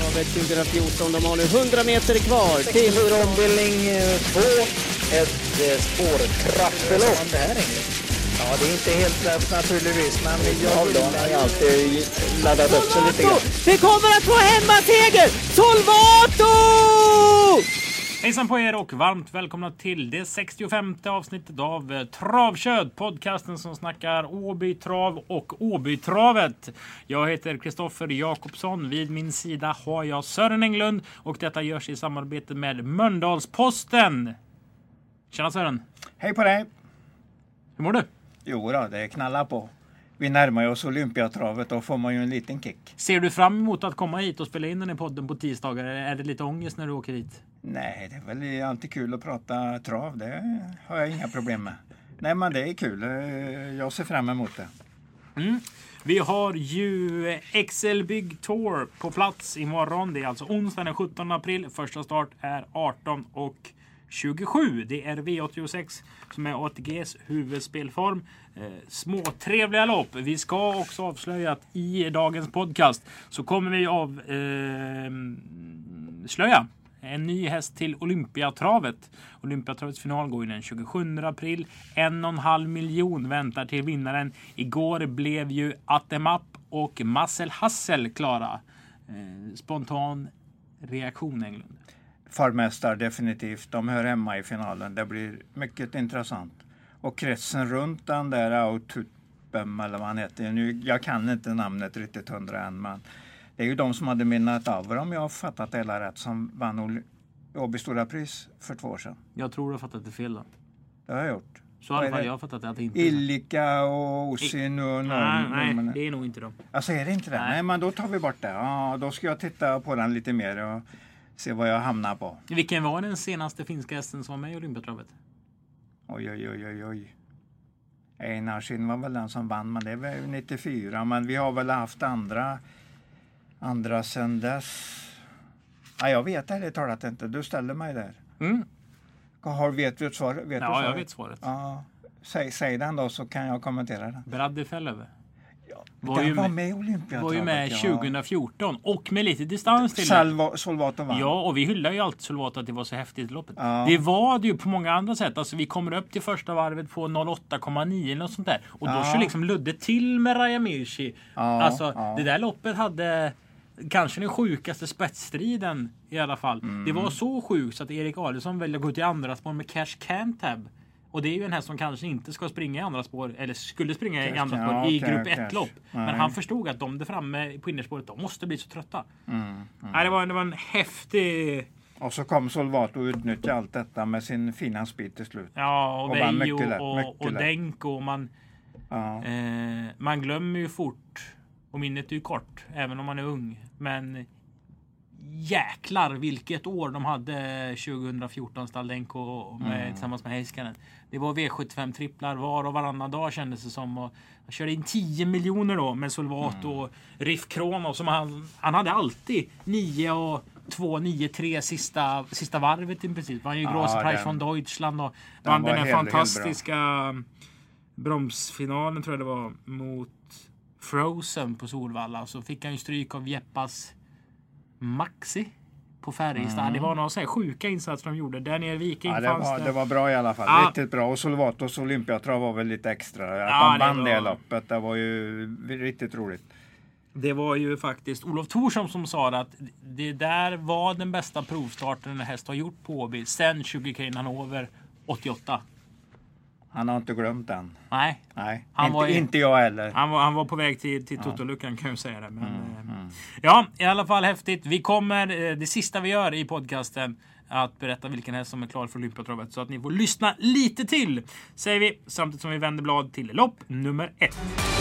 Travet 2014. De har nu 100 meter kvar till ombildning 2. Ett spårtrappelopp. Ja, det är inte helt lätt naturligtvis, men jag har alltid laddat upp sig lite grann. Det kommer att få hemmaseger! Solvato! Hejsan på er och varmt välkomna till det 65:e avsnittet av Travkött, podcasten som snackar Åbytrav och Åbytravet. Jag heter Kristoffer Jakobsson, vid min sida har jag Sören Englund och detta görs i samarbete med Mölndalsposten. Tjena Sören! Hej på dig! Hur mår du? Jo då, det knallar på. Vi närmar oss Olympiatravet, då får man ju en liten kick. Ser du fram emot att komma hit och spela in den i podden på tisdagar? Är det lite ångest när du åker hit? Nej, det är väl alltid kul att prata trav. Det har jag inga problem med. Nej, men det är kul. Jag ser fram emot det. Vi har ju XL Big Tour på plats imorgon. Det är alltså onsdag den 17 april. Första start är 18:27. Det är V86 som är ATGs huvudspelform. Små trevliga lopp. Vi ska också avslöja att i dagens podcast så kommer vi avslöja en ny häst till Olympiatravet. Olympiatravets final går ju den 27 april. 1,5 miljon väntar till vinnaren. Igår blev ju Atemap och Marcel Hassel klara. Spontan reaktion, Englund. Farmästare definitivt. De hör hemma i finalen. Det blir mycket intressant. Och kretsen runt den där Aututbem eller vad han heter. Nu, jag kan inte namnet riktigt 100 än, men det är ju de som hade minnat av, om jag har fattat det hela rätt, som vann Åby Stora Pris för 2 år sedan. Jag tror du har fattat det fel då. Det har jag gjort. Så i alla fall jag har fattat det att det inte Illika och Osin och Nej, det är nog inte de. Alltså är det inte det? Nej, men då tar vi bort det. Ja, då ska jag titta på den lite mer och se vad jag hamnar på. Vilken var den senaste finska hästen som var med i Olympiatravet? Oj. Einarsin var väl den som vann, men det var 94. Men vi har väl haft andra sedan dess. Ja, jag vet ärligt talat inte. Du ställer mig där. Vet du svaret? Ja, jag vet svaret. Ja, säg den då så kan jag kommentera den. Bradley Fellöver. Ja, var med i Olympiatravet. Var ju med 2014 och med lite distans till Solvato vann. Ja, och vi hyllar ju alltid Solvato att det var så häftigt i loppet. Ja. Det var det ju på många andra sätt. Alltså vi kommer upp till första varvet på 08,9 eller något sånt där. Och då kör liksom Ludde till med Raja Mirchi. Det där loppet hade kanske den sjukaste spetsstriden i alla fall. Det var så sjukt så att Erik Adelsson väljer att gå till andra spår med Cash Cantab. Och det är ju en här som kanske inte ska springa i andra spår, eller skulle springa i andra spår i grupp 1-lopp. Men han förstod att de där framme på innerspåret, de måste bli så trötta. Nej, det var en häftig... Och så kom Solvato och utnyttjade allt detta med sin fina speed till slut. Ja, och Vejo och Denko. Man glömmer ju fort. Och minnet är ju kort, även om man är ung. Men jäklar vilket år de hade 2014 Staldenko tillsammans med Heiskanen. Det var V75 tripplar var och varannan dag kändes det som. Och jag körde in 10 miljoner då med Solvato och Riff Krono som han hade alltid 9-2, 9-3 sista varvet i princip. Han ju Große Preis von Deutschland och vann den här fantastiska bromsfinalen tror jag det var mot Frozen på Solvalla. Så fick han ju stryk av Jeppas Maxi på Färjestad. Det var några så här sjuka insatser de gjorde. Där nere Viking det var bra i alla fall. Riktigt bra. Och Solvatos Olympiatrav var väl lite extra. Att de vann det loppet. Det var ju riktigt roligt. Det var ju faktiskt Olof Thorsson som sa att det där var den bästa provstarten en häst har gjort på Åby sen 20 Hannover 88. Han har inte glömt den. Nej. Inte jag heller. Han var på väg till Totoluckan kan jag säga det. Men, ja, i alla fall häftigt. Vi kommer, det sista vi gör i podcasten, att berätta vilken häst som är klar för Olympiatravet. Så att ni får lyssna lite till, säger vi. Samtidigt som vi vänder blad till lopp nummer 1.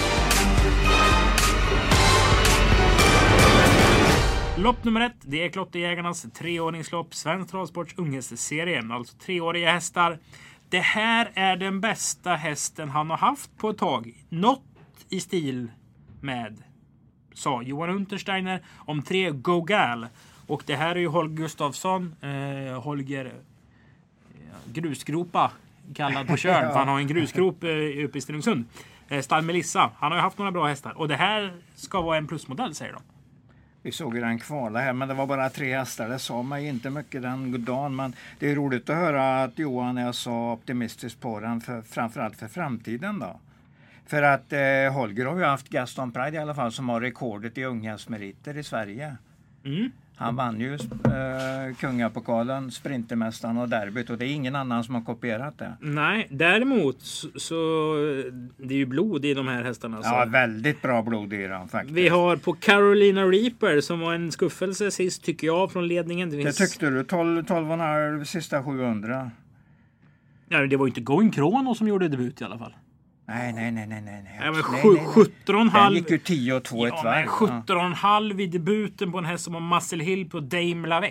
Lopp nummer 1, det är Klotterjägarnas 3-åringslopp. Svensk Travsports unghästserie. Alltså 3-åriga hästar. Det här är den bästa hästen han har haft på ett tag. Något i stil med, sa Johan Untersteiner om 3 Go Gal. Och det här är ju Holger Gustafsson, Holger grusgropa kallad på Tjörn. För han har en grusgrop uppe i Stenungsund. Stall Melissa, han har ju haft några bra hästar. Och det här ska vara en plusmodell, säger de. Vi såg ju den kvala här, men det var bara 3 hästar. Det sa mig inte mycket den dagen, men det är roligt att höra att Johan är så optimistisk på den, framförallt för framtiden då. För att Holger har ju haft Gaston Pride i alla fall, som har rekordet i unghästmeriter i Sverige. Han vann ju kungapokalen, sprintermästaren och derbyt, och det är ingen annan som har kopierat det. Nej, däremot så det är ju blod i de här hästarna. Så. Ja, väldigt bra blod i dem faktiskt. Vi har på Carolina Reaper som var en skuffelse sist tycker jag från ledningen. Det tyckte du, 12,5 sista 700. Ja, det var ju inte Going Kronos som gjorde debut i alla fall. Nej. Ja, men 17,5. Den gick ju 10 och 2 ett varv. 17,5 i debuten på en häst som har Muscle Hill på Dame Lavec.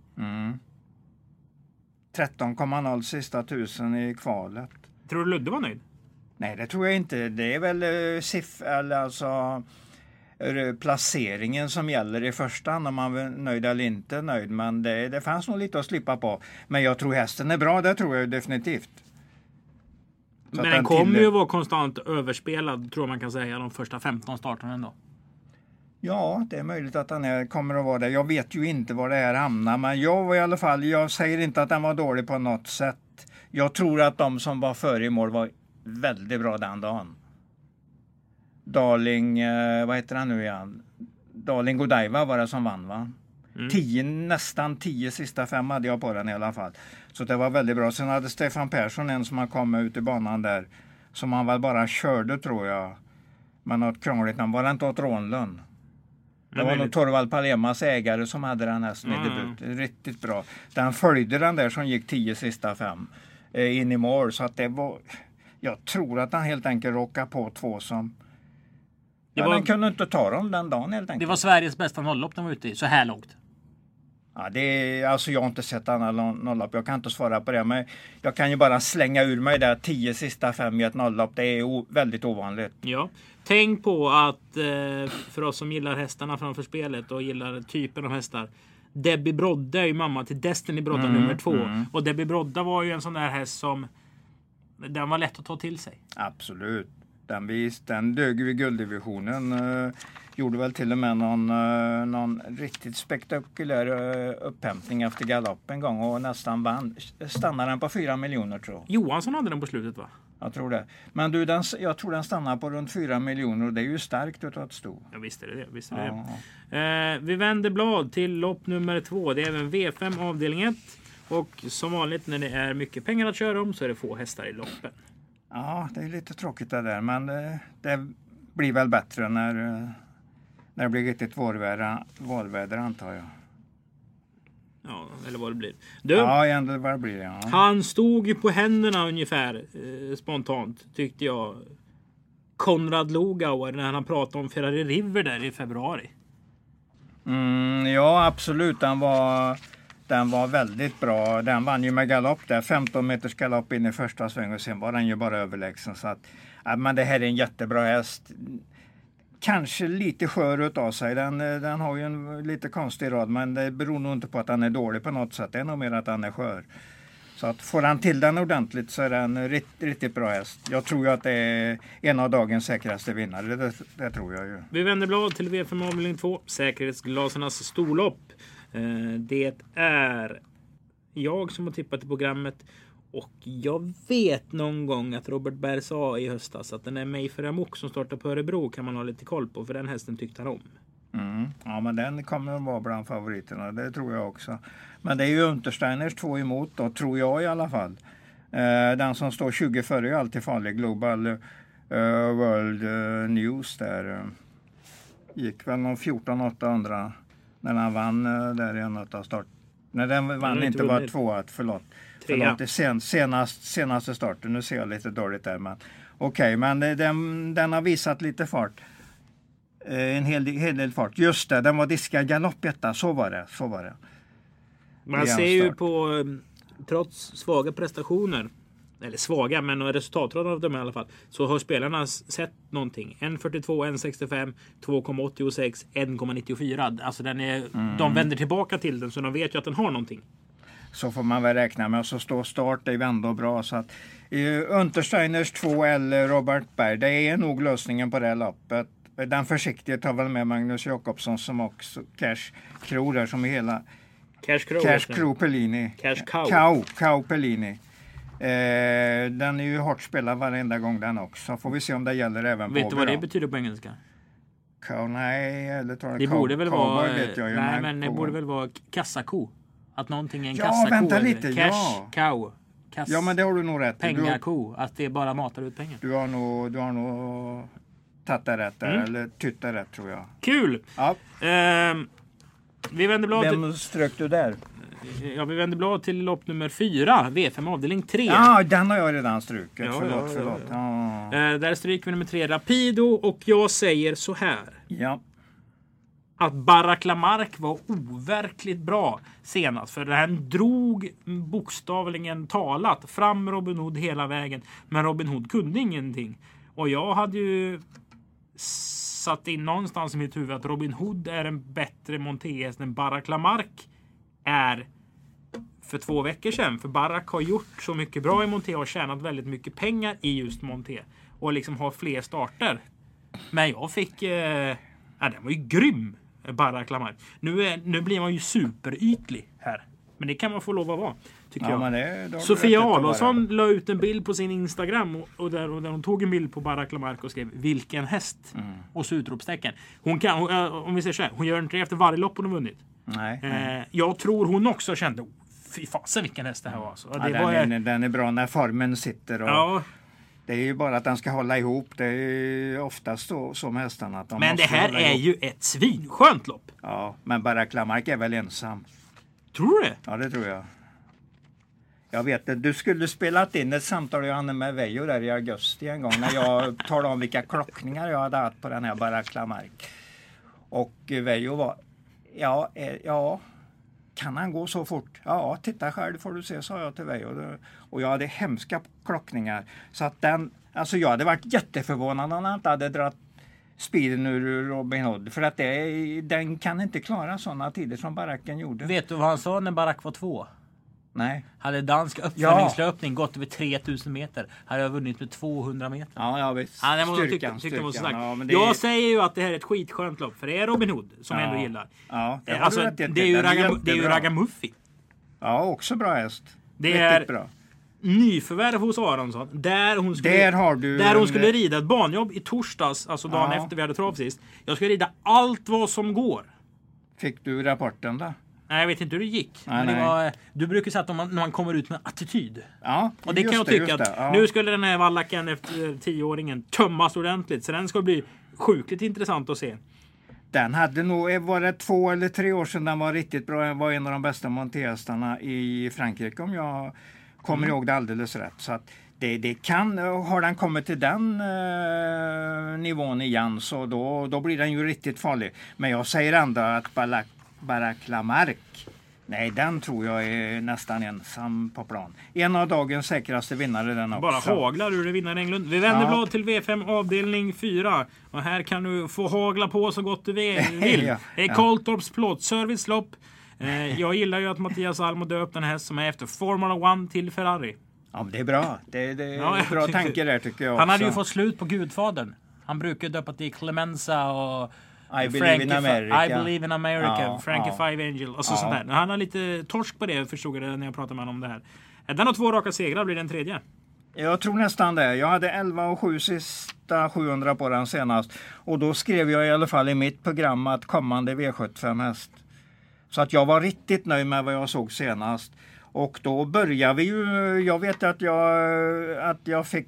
13,0 sista 1000 i kvalet. Tror du Ludde var nöjd? Nej, det tror jag inte. Det är väl placeringen som gäller i första hand, om man är nöjd eller inte nöjd. Men det fanns nog lite att slippa på. Men jag tror hästen är bra, det tror jag definitivt. Men den kommer ju vara konstant överspelad, tror man kan säga, de första 15 starterna ändå. Ja, det är möjligt att den kommer att vara det. Jag vet ju inte var det här hamnar, men jag säger inte att den var dålig på något sätt. Jag tror att de som var före i mål var väldigt bra den dagen. Darling, vad heter han nu igen? Darling Godiva var det som vann, va? Nästan 10 sista 5 hade jag på den i alla fall. Så det var väldigt bra. Sen hade Stefan Persson en som har kommit ut i banan där, som han väl bara körde, tror jag. Men något krångligt. Han var inte åt Rånlund. Det var nog Torvald Palemas ägare som hade den nästan i debut. Riktigt bra. Den följde den där som gick 10 sista 5 in i mål. Så att det var... Jag tror att han helt enkelt råkade på 2 som... Den kunde inte ta dem den dagen helt enkelt. Det var Sveriges bästa nolllopp den var ute i, så här långt. Ja, jag har inte sett alla nolllopp. Jag kan inte svara på det. Men jag kan ju bara slänga ur mig där 10 sista 5 i ett nolllopp. Det är väldigt ovanligt. Ja. Tänk på att för oss som gillar hästarna framför spelet och gillar typen av hästar. Debbie Brodde är ju mamma till Destiny Brodda nummer 2. Och Debbie Brodda var ju en sån där häst som den var lätt att ta till sig. Absolut. Den dög vid gulddivisionen. Gjorde väl till och med någon riktigt spektakulär upphämtning efter galopp en gång och nästan vann. Stannade den på 4 miljoner, tror jag. Johansson hade den på slutet, va? Jag tror det. Men du, jag tror den stannar på runt 4 miljoner och det är ju starkt utav ett sto. Ja, visst är det det. Vi vänder blad till lopp nummer 2. Det är även V5 avdelning 1. Och som vanligt när det är mycket pengar att köra om så är det få hästar i loppen. Ja, det är lite tråkigt det där, men det blir väl bättre när det blir riktigt vårväder antar jag. Ja, eller vad det blir. Ja, vad det blir, ja. Han stod ju på händerna ungefär spontant, tyckte jag. Konrad Lugauer när han pratade om Ferrari River där i februari. Ja, absolut. Den var väldigt bra. Den vann ju med galopp där. 15 meters galopp in i första sväng och sen var den ju bara överlägsen. Så att, men det här är en jättebra häst. Kanske lite skör utav sig. Den har ju en lite konstig rad, men det beror nog inte på att den är dålig på något sätt. Det är nog mer att den är skör. Så att får han till den ordentligt så är den riktigt bra häst. Jag tror ju att det är en av dagens säkraste vinnare. Det tror jag ju. Vi vänder blad till V5 avdelning 2. Säkerhetsglasernas storlopp. Det är jag som har tippat i programmet. Och jag vet någon gång att Robert Berg sa i höstas att den är Mayfair Amok som startar på Örebro kan man ha lite koll på. För den hästen tyckte han om. Ja, men den kommer att vara bland favoriterna. Det tror jag också. Men det är ju Untersteiners 2 emot då, tror jag i alla fall. Den som står 20 före är alltid farlig. Global World News där. Gick väl någon 14-800 när han vann där i en av start. När den vann inte var 2, förlåt i senaste starten. Nu ser jag lite dåligt där, men okej, men den har visat lite fart. En hel del fart. Just det, den var diskad galoppetta. Så var det. Man ser ju på trots svaga prestationer, eller svaga, men resultatraden av dem i alla fall, så har spelarna sett någonting. 1,42, 1,65, 2,86, 1,94. Alltså de vänder tillbaka till den, så de vet ju att den har någonting. Så får man väl räkna med. Och så står start, det är ändå bra. Så att Untersteiners 2 eller Robert Berg, det är nog lösningen på det loppet. Den försiktiga tar väl med Magnus Jakobsson som också Cash Crow där som är hela Cash Crow Pellini. Cow Pellini. Den är ju hårt spelad varenda gång den också. Får vi se om det gäller även på. Vet du vad det betyder på engelska? Nej, eller tror jag det borde väl vara nej, men det borde väl vara kassako. Att någonting är en ja, kassako. Vänta lite. Cash cow. Ja, men det har du nog rätt. Pengako, att det bara matar ut pengar. Du har nog tagit det rätt där, eller tytt det rätt tror jag. Kul! Ja. Vi vänder blad Vem strök du där? Ja, vi vänder blad till lopp nummer 4, V5 avdelning 3. Ja, den har jag redan strukit. Ja, Förlåt. Ja. Där stryker vi nummer 3, Rapido, och jag säger så här. Ja. Att Barack Lamarck var overkligt bra senast. För han drog bokstavligen talat fram Robin Hood hela vägen. Men Robin Hood kunde ingenting. Och jag hade ju satt in någonstans i mitt huvud att Robin Hood är en bättre montéhäst än Barack Lamarck är för 2 veckor sedan. För Barack har gjort så mycket bra i monté och tjänat väldigt mycket pengar i just monté. Och liksom har fler starter. Men jag fick... den var ju grym, Barack Lamarck. Nu blir man ju superytlig här. Men det kan man få lov att vara, tycker jag. Men Sofia Adolfsson la ut en bild på sin Instagram och där hon tog en bild på Barack Lamarck och skrev vilken häst och så utropstecken. Hon kan, om vi säger så här, hon gör inte det efter varje lopp hon har vunnit. Nej. Jag tror hon också kände fy fasen vilken häst det här var. Alltså. Den är bra när formen sitter. Och det är ju bara att den ska hålla ihop. Det är oftast så med hästarna. Att men det här är ju ett svinskönt lopp. Ja, men Barack Lamarck är väl ensam. Tror du det? Ja, det tror jag. Jag vet det. Du skulle spelat in ett samtal jag hade med Veijo där i augusti en gång. När jag talade om vilka klockningar jag hade haft på den här Barack Lamarck. Och Veijo var... Ja, kan han gå så fort? Ja, titta själv får du se, sa jag till Veijo. Och jag hade hemska klockningar. Så att jag hade varit jätteförvånad om han inte hade dratt speeden ur Robin Hood. För att den kan inte klara sådana tider som Baracken gjorde. Vet du vad han sa när Barack var 2? Nej. Hade dansk uppföljningslöpning gått över 3000 meter. Hade jag vunnit med 200 meter. Ja, visst. Styrkan. Jag säger ju att det här är ett skitskönt lopp. För det är Robin Hood som jag ändå gillar. Ja, det är ju Ragamuffi. Ja, också bra häst. Det är bra. Nyförvärv hos Aronsson. Där hon skulle rida ett banjobb i torsdags. Alltså dagen efter vi hade trav sist. Jag ska rida allt vad som går. Fick du rapporten då? Nej, jag vet inte hur det gick. Men du brukar säga att när man kommer ut med attityd. Ja, och det kan jag tycka att nu skulle den här vallacken efter 10-åringen tömmas ordentligt. Så den ska bli sjukligt intressant att se. Den hade nog, var det 2 eller 3 år sedan den var riktigt bra. Den var en av de bästa montéhästarna i Frankrike om jag kommer ihåg det alldeles rätt. Så att det kan, har den kommit till den nivån igen så då blir den ju riktigt farlig. Men jag säger ändå att Barack Lamarck, nej, den tror jag är nästan ensam på plan. En av dagens säkraste vinnare den också. Bara haglar ur det vinnare Englund. Vi vänder blad till V5 avdelning 4. Och här kan du få hagla på så gott du vill. Det är Koltorps plåtservicelopp. Jag gillar ju att Mattias Almo döpt en häst som är efter Formula 1 till Ferrari. Ja, men det är bra. Det är bra tanke där tycker jag också. Han hade ju fått slut på Gudfadern. Han brukar döpa till Clemenza och I Believe in America. Frankie Five Angel och så sånt där. Han har lite torsk på det, förstod jag när jag pratade med honom om det här. Den har 2 raka segrar, blir den tredje. Jag tror nästan det. Jag hade 11,7 sista 700 på den senast. Och då skrev jag i alla fall i mitt program att kommande V75 häst. Så att jag var riktigt nöjd med vad jag såg senast. Och då började vi ju, jag vet att jag fick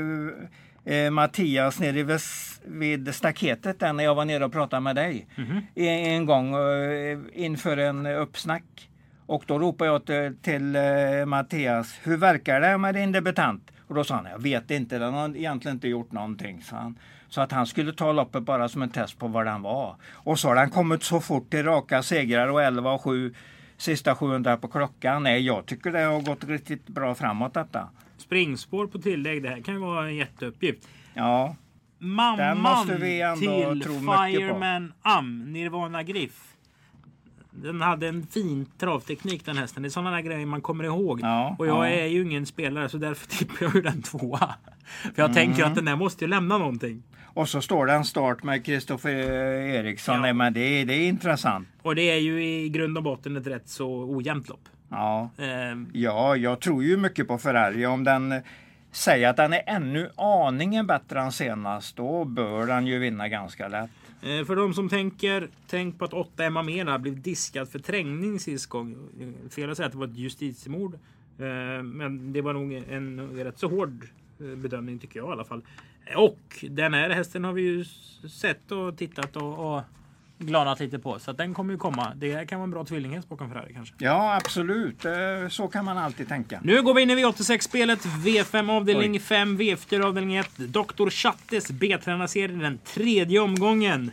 Mattias nere vid staketet där när jag var nere och pratade med dig. En gång inför en uppsnack. Och då ropade jag till Mattias, hur verkar det med din debutant? Och då sa han, jag vet inte, den har egentligen inte gjort någonting, sa han. Så att han skulle ta loppet bara som en test på vad den var. Och så har den kommit så fort till raka segrar och 11,7 sista 700 på klockan. Nej, jag tycker det har gått riktigt bra framåt detta. Springspår på tillägg, det här kan ju vara en jätteuppgift. Ja. Mamman till Fireman Nirvana Griff. Den hade en fin travteknik den hästen. Det är sådana där grejer man kommer ihåg. Ja, och jag är ju ingen spelare så därför tippar jag ju den 2. För jag tänker att den där måste ju lämna någonting. Och så står det en start med Kristoffer Eriksson. Ja. Nej, men det är intressant. Och det är ju i grund och botten ett rätt så ojämnt lopp. Ja. Ja, jag tror ju mycket på Ferrari. Om den säger att den är ännu aningen bättre än senast, då bör den ju vinna ganska lätt. För de som tänk på att 8 Emma Mera blev diskad för trängning sist gång. Fel att säga att det var ett justitiemord. Men det var nog en rätt så hård bedömning tycker jag i alla fall. Och den här hästen har vi ju sett och tittat och glanat lite på. Så att den kommer ju komma. Det kan vara en bra tvillinghäst bakom Ferrari kanske. Ja, absolut. Så kan man alltid tänka. Nu går vi in i V86-spelet. V5 avdelning 5, V4 avdelning 1. Dr. Chattes B-tränarserie den 3:e omgången.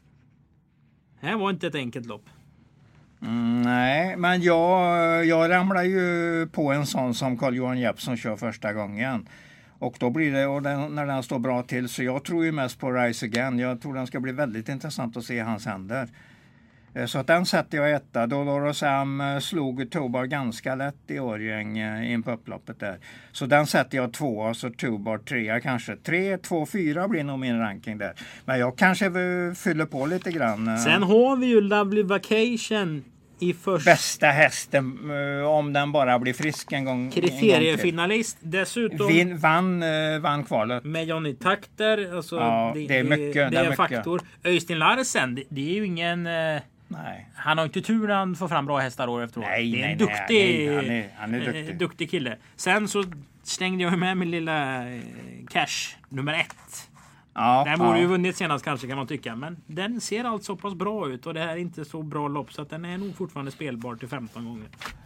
Det här var inte ett enkelt lopp. Nej, men jag ramlar ju på en sån som Carl-Johan Jeppsson kör första gången. Och då blir det, när den står bra till, så jag tror ju mest på Rise Again. Jag tror den ska bli väldigt intressant att se hans händer. Så att den sätter jag etta. Dolores Sam slog Tobar ganska lätt i Årgäng in på upploppet där. Så den sätter jag 2, så Tobar 3 kanske. 3, 2, 4 blir nog min ranking där. Men jag kanske fyller på lite grann. Sen har vi ju Lovely Vacation i bästa hästen om den bara blir frisk en gång. Kriteriefinalist dessutom. Vann kvalet. Med Johnny Takter. Alltså, ja, det är mycket. Det är en faktor. Öystein Larsen, det är ju ingen... Nej. Han har inte tur att få fram bra hästar år efter år. Det är en duktig, duktig kille. Sen så stängde jag med min lilla Cash nummer 1. Ja, den borde ju vunnit senast kanske kan man tycka. Men den ser allt så pass bra ut. Och det här är inte så bra lopp. Så att den är nog fortfarande spelbar till 15 gånger.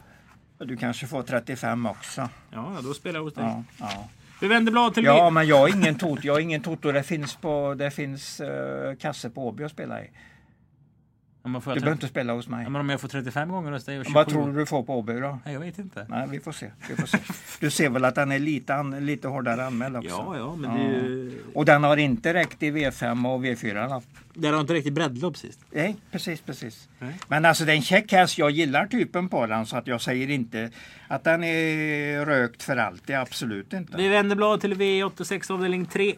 Du kanske får 35 också. Ja, då spelar jag hos dig. Ja. Vi vänder blad till men jag har ingen toto. Det finns kasse på Åby att spela i. Du behöver inte spela hos mig. Ja, men om jag får 35 gånger hos dig och 27... Vad tror du får på Åby då? Nej, jag vet inte. Nej, vi får se. Du ser väl att den är lite hårdare anmäld också? Ja, men det är ju... Och den har inte räckt i V5 och V4. Den har inte räckt i breddlopp sist. Nej, precis. Nej. Men alltså den check häst, jag gillar typen på den, så att jag säger inte att den är rökt för allt. Det är absolut inte. Vi vänder blad till V86 avdelning 3,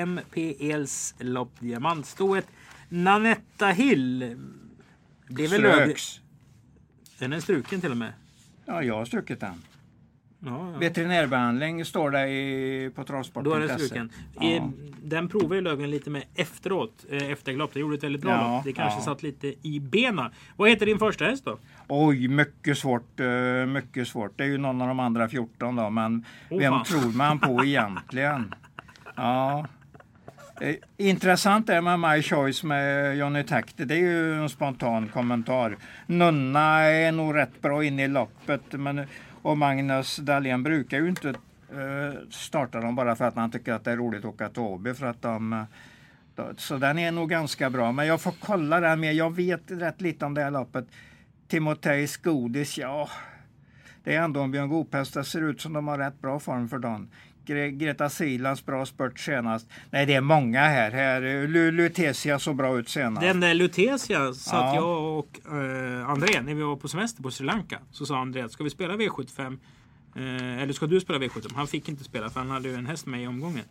HMPLs lopp diamantstoet. Nanetta Hill. Det är väl Ströks. Den är struken till och med. Ja, jag har strukit den. Ja. Veterinärbehandling står det på travsport. Då är det struken. Ja. Den provar ju Löfgren lite med efteråt. Efter lopp. Det gjorde ett väldigt bra lopp. Det kanske satt lite i bena. Vad heter din första häst då? Oj, mycket svårt. Det är ju någon av de andra 14 då. Men vem tror man på egentligen? Ja. Intressant är med My Choice med Johnny Takter. Det är ju en spontan kommentar. Nunna är nog rätt bra in i loppet. Och Magnus Dahlén brukar ju inte starta dem bara för att han tycker att det är roligt att åka till Åby. Så den är nog ganska bra. Men jag får kolla den mer. Jag vet rätt lite om det här loppet. Timotejs Godis, det är ändå en Björn Goopest. Det ser ut som de har rätt bra form för dagen. Greta Silans bra spurt senast. Nej, det är många här. Lutetia så bra ut senast. Den där Lutetia satt jag och André när vi var på semester på Sri Lanka. Så sa André, ska vi spela V75? Eller ska du spela V75? Han fick inte spela för han hade ju en häst med i omgången.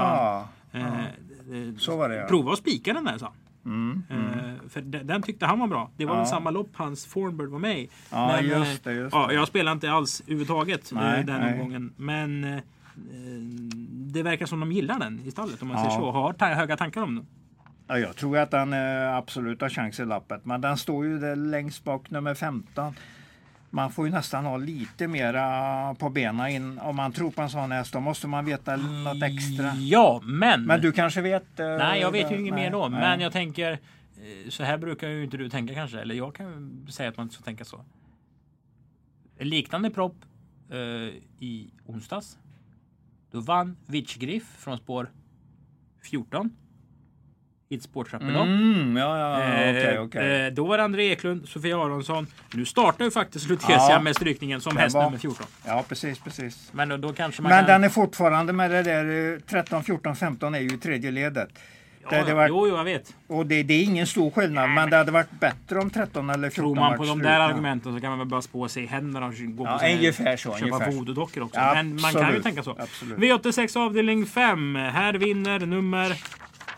Så var det, ja. Prova att spika den där, sa han. För den tyckte han var bra. Det var väl samma lopp hans Fornbird var med i. Men, just det. Jag spelade inte alls överhuvudtaget den omgången. Men det verkar som de gillar den i stallet om man säger så. Har höga tankar om den. Ja, jag tror att den absolut har chans i lappet. Men den står ju där längst bak nummer 15. Man får ju nästan ha lite mera på benen in. Om man tror på en sån häst, då måste man veta något extra. Ja, men du kanske vet... nej, jag vet ju inget mer då. Nej. Men jag tänker, så här brukar ju inte du tänka kanske. Eller jag kan säga att man inte ska tänka så. En liknande propp i onsdags. Då vann Vichgriff från spår 14. I ett spårtrappelopp. Okej. Då var det André Eklund, Sofia Aronsson. Nu startar ju faktiskt Lutetia med strykningen som häst nummer 14. Ja, precis. Men då kanske man den är fortfarande med det där 13, 14, 15 är ju tredje ledet. Jo, jag vet. Och det är ingen stor skillnad, men det hade varit bättre om 13 eller 14 tror man på de där argumenten så kan man väl bara spå sig i händerna och gå på ungefär så. Köpa voodoo-dockor också. Ja, men man kan ju tänka så. Absolut. V86 avdelning 5. Här vinner nummer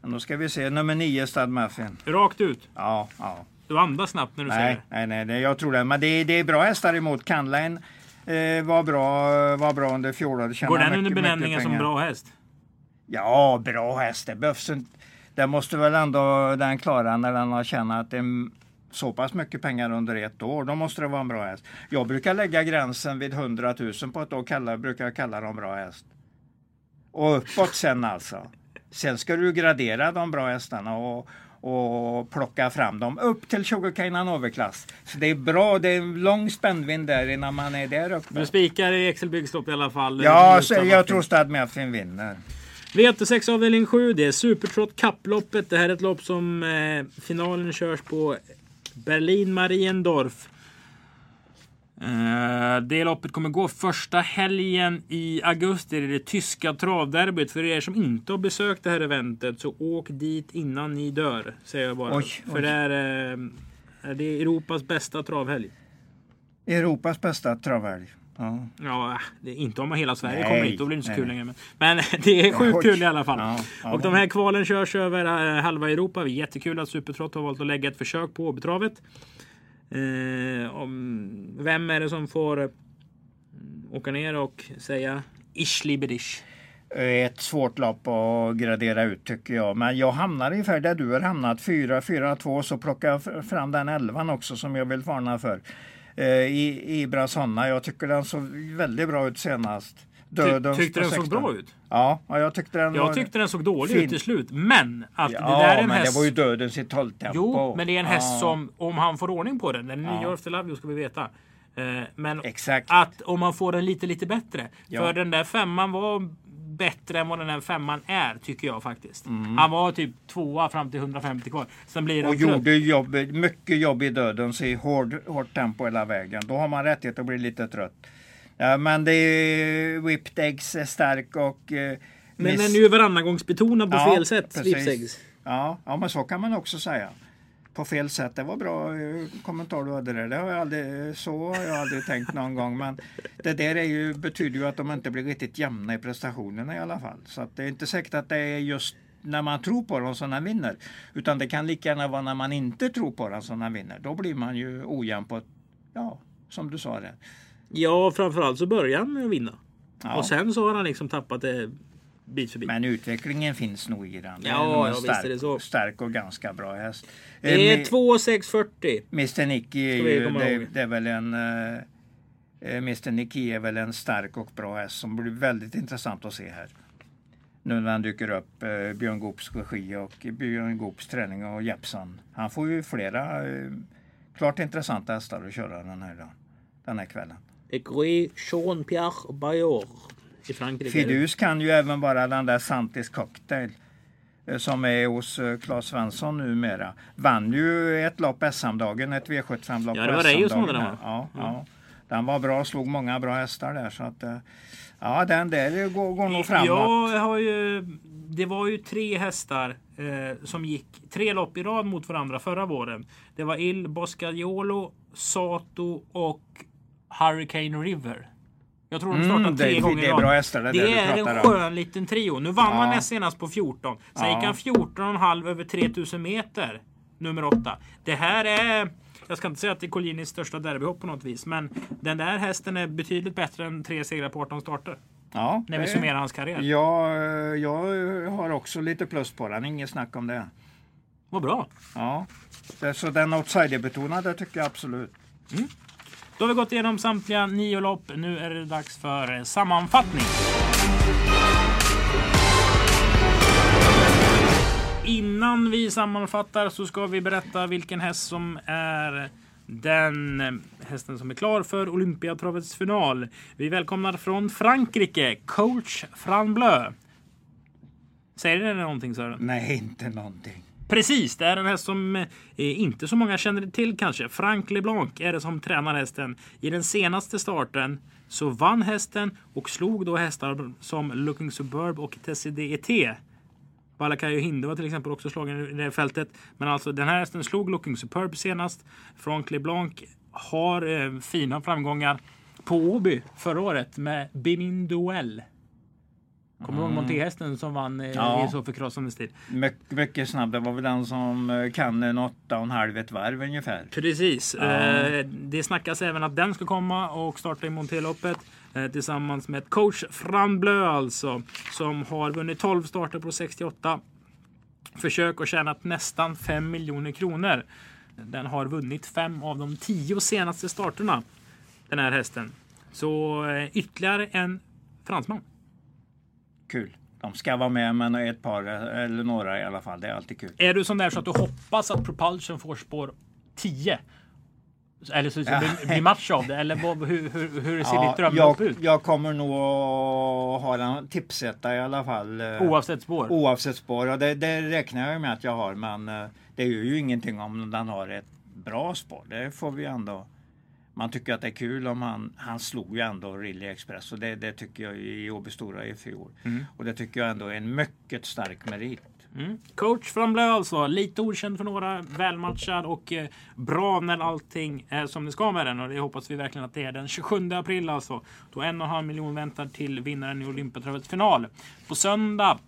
Men då ska vi se, nummer 9 Stud Muffin. Rakt ut. Ja. Du andas snabbt när du säger det. Nej, jag tror det. Men det är bra hästar emot. Canline var bra under fjolåret. Går den under benämningen som bra häst? Ja, bra häst. Det behövs inte. Det måste väl ändå den klara när den har tjänat så pass mycket pengar under ett år. Då måste det vara en bra häst. Jag brukar lägga gränsen vid 100 000 på ett år. Brukar jag kalla dem bra häst. Och uppåt sen alltså. Sen ska du gradera de bra hästarna och plocka fram dem upp till Sugarcane Hanover-klass. Så det är bra, det är en lång spännvind där innan man är där uppe. Du spikar i Excelbyggslopp i alla fall. Ja, så jag tror Stud Muffin vinner. V86 avdelning 7, det är Supertrot Cup-loppet. Det här är ett lopp som finalen körs på Berlin-Mariendorf. Det loppet kommer gå första helgen i augusti. Det är det tyska travderbyt. För er som inte har besökt det här eventet, så åk dit innan ni dör, säger jag bara. För det är Europas bästa travhelg. Europas bästa travhelg. Ja, det är inte om hela Sverige kommer hit, då blir det inte så kul längre. Men det är sjukt kul i alla fall. Och de här kvalen körs över halva Europa. Det är jättekul att Supertrot har valt att lägga ett försök på Åbytravet. Vem är det som får åka ner och säga Ischlibedisch? Ett svårt lopp att gradera ut tycker jag. Men jag hamnar ungefär där du har hamnat. 4-4-2, så plockar jag fram den 11 också som jag vill varna för. I Brasonna. Jag tycker den såg väldigt bra ut senast. Tyckte den såg bra ut? Ja, jag tyckte den såg dålig ut till slut. Men att det där är en häst... det var ju dödens i 12-tempo. Jo, men det är en häst som, om han får ordning på den 9 år efter Lavio ska vi veta. Men exakt. Att om man får den lite bättre. För den där 5:an var bättre än vad den där 5:an är, tycker jag faktiskt. Han var typ 2 fram till 150 kvar. Sen blir det gjorde mycket jobb i döden, så i hårt tempo hela vägen. Då har man rättighet att bli lite trött. Ja, men det är Whipped Eggs är stark och... men den är ju varannagångsbetonad på fel sätt, Whipped Eggs. Ja, men så kan man också säga. På fel sätt, det var bra kommentar du hade där. Det har jag aldrig tänkt någon gång. Men det där betyder ju att de inte blir riktigt jämna i prestationerna i alla fall. Så att det är inte säkert att det är just när man tror på dem som den vinner. Utan det kan lika gärna vara när man inte tror på dem som den vinner. Då blir man ju ojämn på, som du sa det. Ja, framförallt så börjar han med att vinna. Ja. Och sen så har han liksom tappat det bit för bit. Men utvecklingen finns nog i den. Visst är det så. Stark och ganska bra häst. Det är 2,640. Mr. Nicky det är väl en... Mr. Nicky är väl en stark och bra häst som blir väldigt intressant att se här. Nu när han dyker upp Björn Goops regi och Björn Goops träning och Jeppson. Han får ju flera klart intressanta hästar att köra den här kvällen. Écurie Jean-Pierre Bayard i Frankrike. Fidus kan ju även vara den där Santis Cocktail som är hos Claes Svensson numera. Vann ju ett lopp SM-dagen, ett V75-lopp. Ja, det var Rejo som hade den. Ja. Den var bra, slog många bra hästar där. Så att, den där går nog framåt. Det var ju 3 hästar som gick 3 lopp i rad mot varandra förra våren. Det var Il Boscaiolo, Sato och Hurricane River. Jag tror de startade 3 gånger i rad. Det är en skön liten trio. Nu vann han senast på 14. Sen gick han 14,5 över 3000 meter. Nummer 8. Det här är... Jag ska inte säga att det är Collinis största derbyhopp på något vis. Men den där hästen är betydligt bättre än 3 segrar på 18 starter. Ja, när vi summerar hans karriär. Jag har också lite plus på den. Ingen snack om det. Vad bra. Ja. Så den outsider-betonade tycker jag absolut. Då har vi gått igenom samtliga 9 lopp. Nu är det dags för sammanfattning. Innan vi sammanfattar så ska vi berätta vilken häst som är den hästen som är klar för Olympiatravets final. Vi välkomnar från Frankrike Coach Franbleu. Säger det någonting, Sören? Nej, inte någonting. Precis, det är en häst som inte så många känner till kanske. Frank LeBlanc är det som tränar hästen. I den senaste starten så vann hästen och slog då hästar som Looking Superb och Tessie DET. Balakayo Hinde var till exempel också slagen i det fältet. Men alltså den här hästen slog Looking Superb senast. Frank LeBlanc har fina framgångar på Åby förra året med Bimin Duell. Kommer du ihåg Monté-hästen som vann i så förkrossande stil? Mycket snabb. Det var väl den som kan 8,5 ett varv ungefär. Precis. Det snackas även att den ska komma och starta i Monté-loppet tillsammans med coach Framblö alltså, som har vunnit 12 starter på 68 försök och tjänat nästan 5 miljoner kronor. Den har vunnit 5 av de 10 senaste starterna, den här hästen. Så ytterligare en fransman. Kul. De ska vara med, men ett par eller några i alla fall. Det är alltid kul. Är du sån där så att du hoppas att Propulsion får spår 10? Eller så det blir match av det? Eller hur ser ditt drömlopp ut? Jag kommer nog att ha en tipsetta i alla fall. Oavsett spår? Oavsett spår. Och det räknar jag med att jag har. Men det är ju ingenting om den har ett bra spår. Det får vi ändå... Man tycker att det är kul om han slog ju ändå Riley Express. Och det tycker jag i Åby Stora i fjol. Och det tycker jag ändå är en mycket stark merit. Coach Framblö alltså, lite okänd för några, välmatchad och bra när allting är som det ska med den, och det hoppas vi verkligen att det är den 27 april alltså, då 1,5 miljon väntar till vinnaren i Olympiatravets final. På söndag,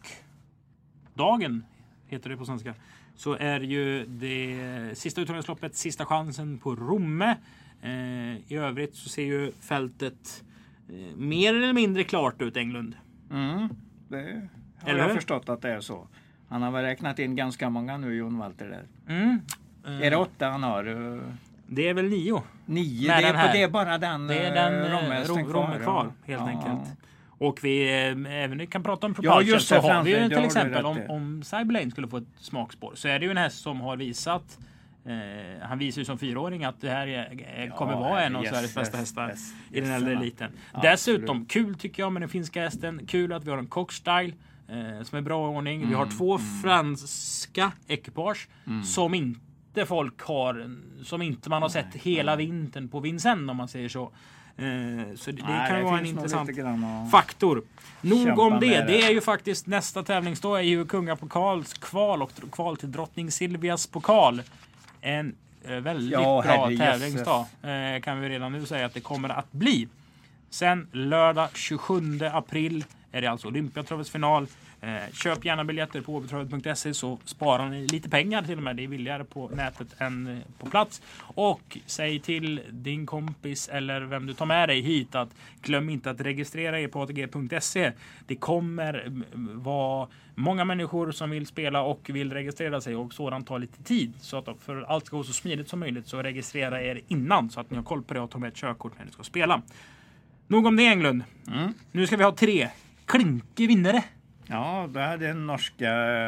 påskdagen heter det på svenska, så är ju det sista uttagningsloppet, sista chansen på Romme. I övrigt så ser ju fältet mer eller mindre klart ut, Englund. Det har jag förstått att det är så. Han har väl räknat in ganska många nu, Jon Walter där. Är det 8 han har? Det är väl 9. 9, det är bara den. Det är den Romme kvar helt enkelt. Och vi även kan prata om Propulsion, så har vi ju till exempel om Cyberlane skulle få ett smakspår, så är det ju en häst som har visat, han visar ju som 4-åring att det här kommer vara en av Sveriges bästa hästar i den äldre eliten. Dessutom, kul tycker jag med den finska hästen, kul att vi har en Cockstyle som är bra i ordning. Vi har 2 franska ekipage som inte folk har, som inte man har sett hela vintern på Vincennes, om man säger så. Så det kan vara en intressant faktor. Nog om det. Det är ju faktiskt nästa tävlingsdag är ju Kungapokals kval och kval till Drottning Silvias pokal. En väldigt bra tävlingsdag kan vi redan nu säga att det kommer att bli. Sen lördag 27 april är det alltså Olympiatravets final. Köp gärna biljetter på åbytravet.se så sparar ni lite pengar till och med. Det är billigare på nätet än på plats. Och säg till din kompis eller vem du tar med dig hit att glöm inte att registrera er på atg.se. Det kommer vara många människor som vill spela och vill registrera sig, och sådant tar lite tid. Så att för allt ska gå så smidigt som möjligt så registrera er innan så att ni har koll på det och tar med ett körkort när ni ska spela. Nog om det, Englund. Nu ska vi ha 3 klinke vinnare. Ja, det hade den norska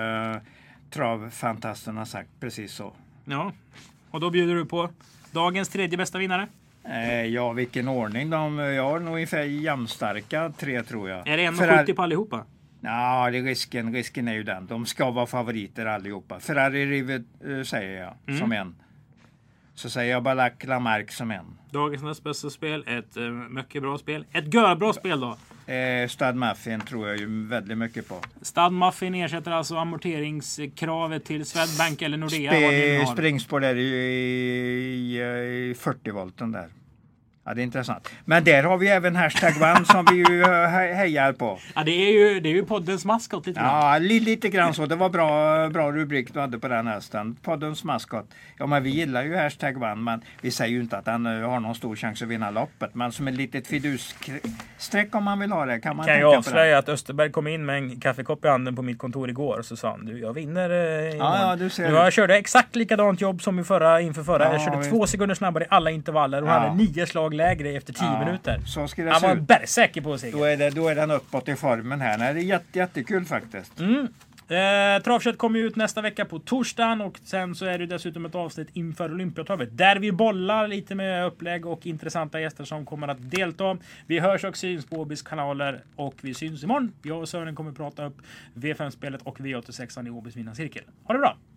travfantasterna sagt precis så. Ja, och då bjuder du på dagens 3:e bästa vinnare. Ja, vilken ordning de. Jag har nog ungefär jämnstarka 3 tror jag. Är det 1,70 på allihopa? Ja, det risken är ju den. De ska vara favoriter allihopa. Ferrari Rivet säger jag som en. Så säger jag Balac Lamarck som en. Dagens näst bästa spel, ett mycket bra spel. Ett görbra spel då. Stad Muffin tror jag ju väldigt mycket på. Stad Muffin ersätter alltså amorteringskravet till Swedbank eller Nordea. Springspår där i 40 volten där. Ja, det är intressant. Men där har vi även #1 som vi ju hejar på. Ja, det är ju poddens maskot lite grann. Ja, lite grann så. Det var bra rubrik du hade på den hästen. Poddens maskot. Ja, men vi gillar ju #1, men vi säger ju inte att han har någon stor chans att vinna loppet. Men som ett litet fidusstreck om man vill ha det kan man. Kan jag avslöja att Österberg kom in med en kaffekopp i handen på mitt kontor igår och så sa han, jag vinner ja, du ser. Jag körde exakt likadant jobb som inför förra. Jag körde 2 sekunder snabbare i alla intervaller och hade 9 slag lägre efter 10 minuter. Så ska det han var bergsäker på sig. Då är den uppåt i formen här. Nej, det är jättekul faktiskt. Travkött kommer ut nästa vecka på torsdagen, och sen så är det dessutom ett avsnitt inför Olympiatravet där vi bollar lite med upplägg och intressanta gäster som kommer att delta. Vi hörs och syns på Åbys kanaler, och vi syns imorgon. Jag och Sören kommer prata upp V5-spelet och V86 i Åbys vinnarcirkel. Ha det bra!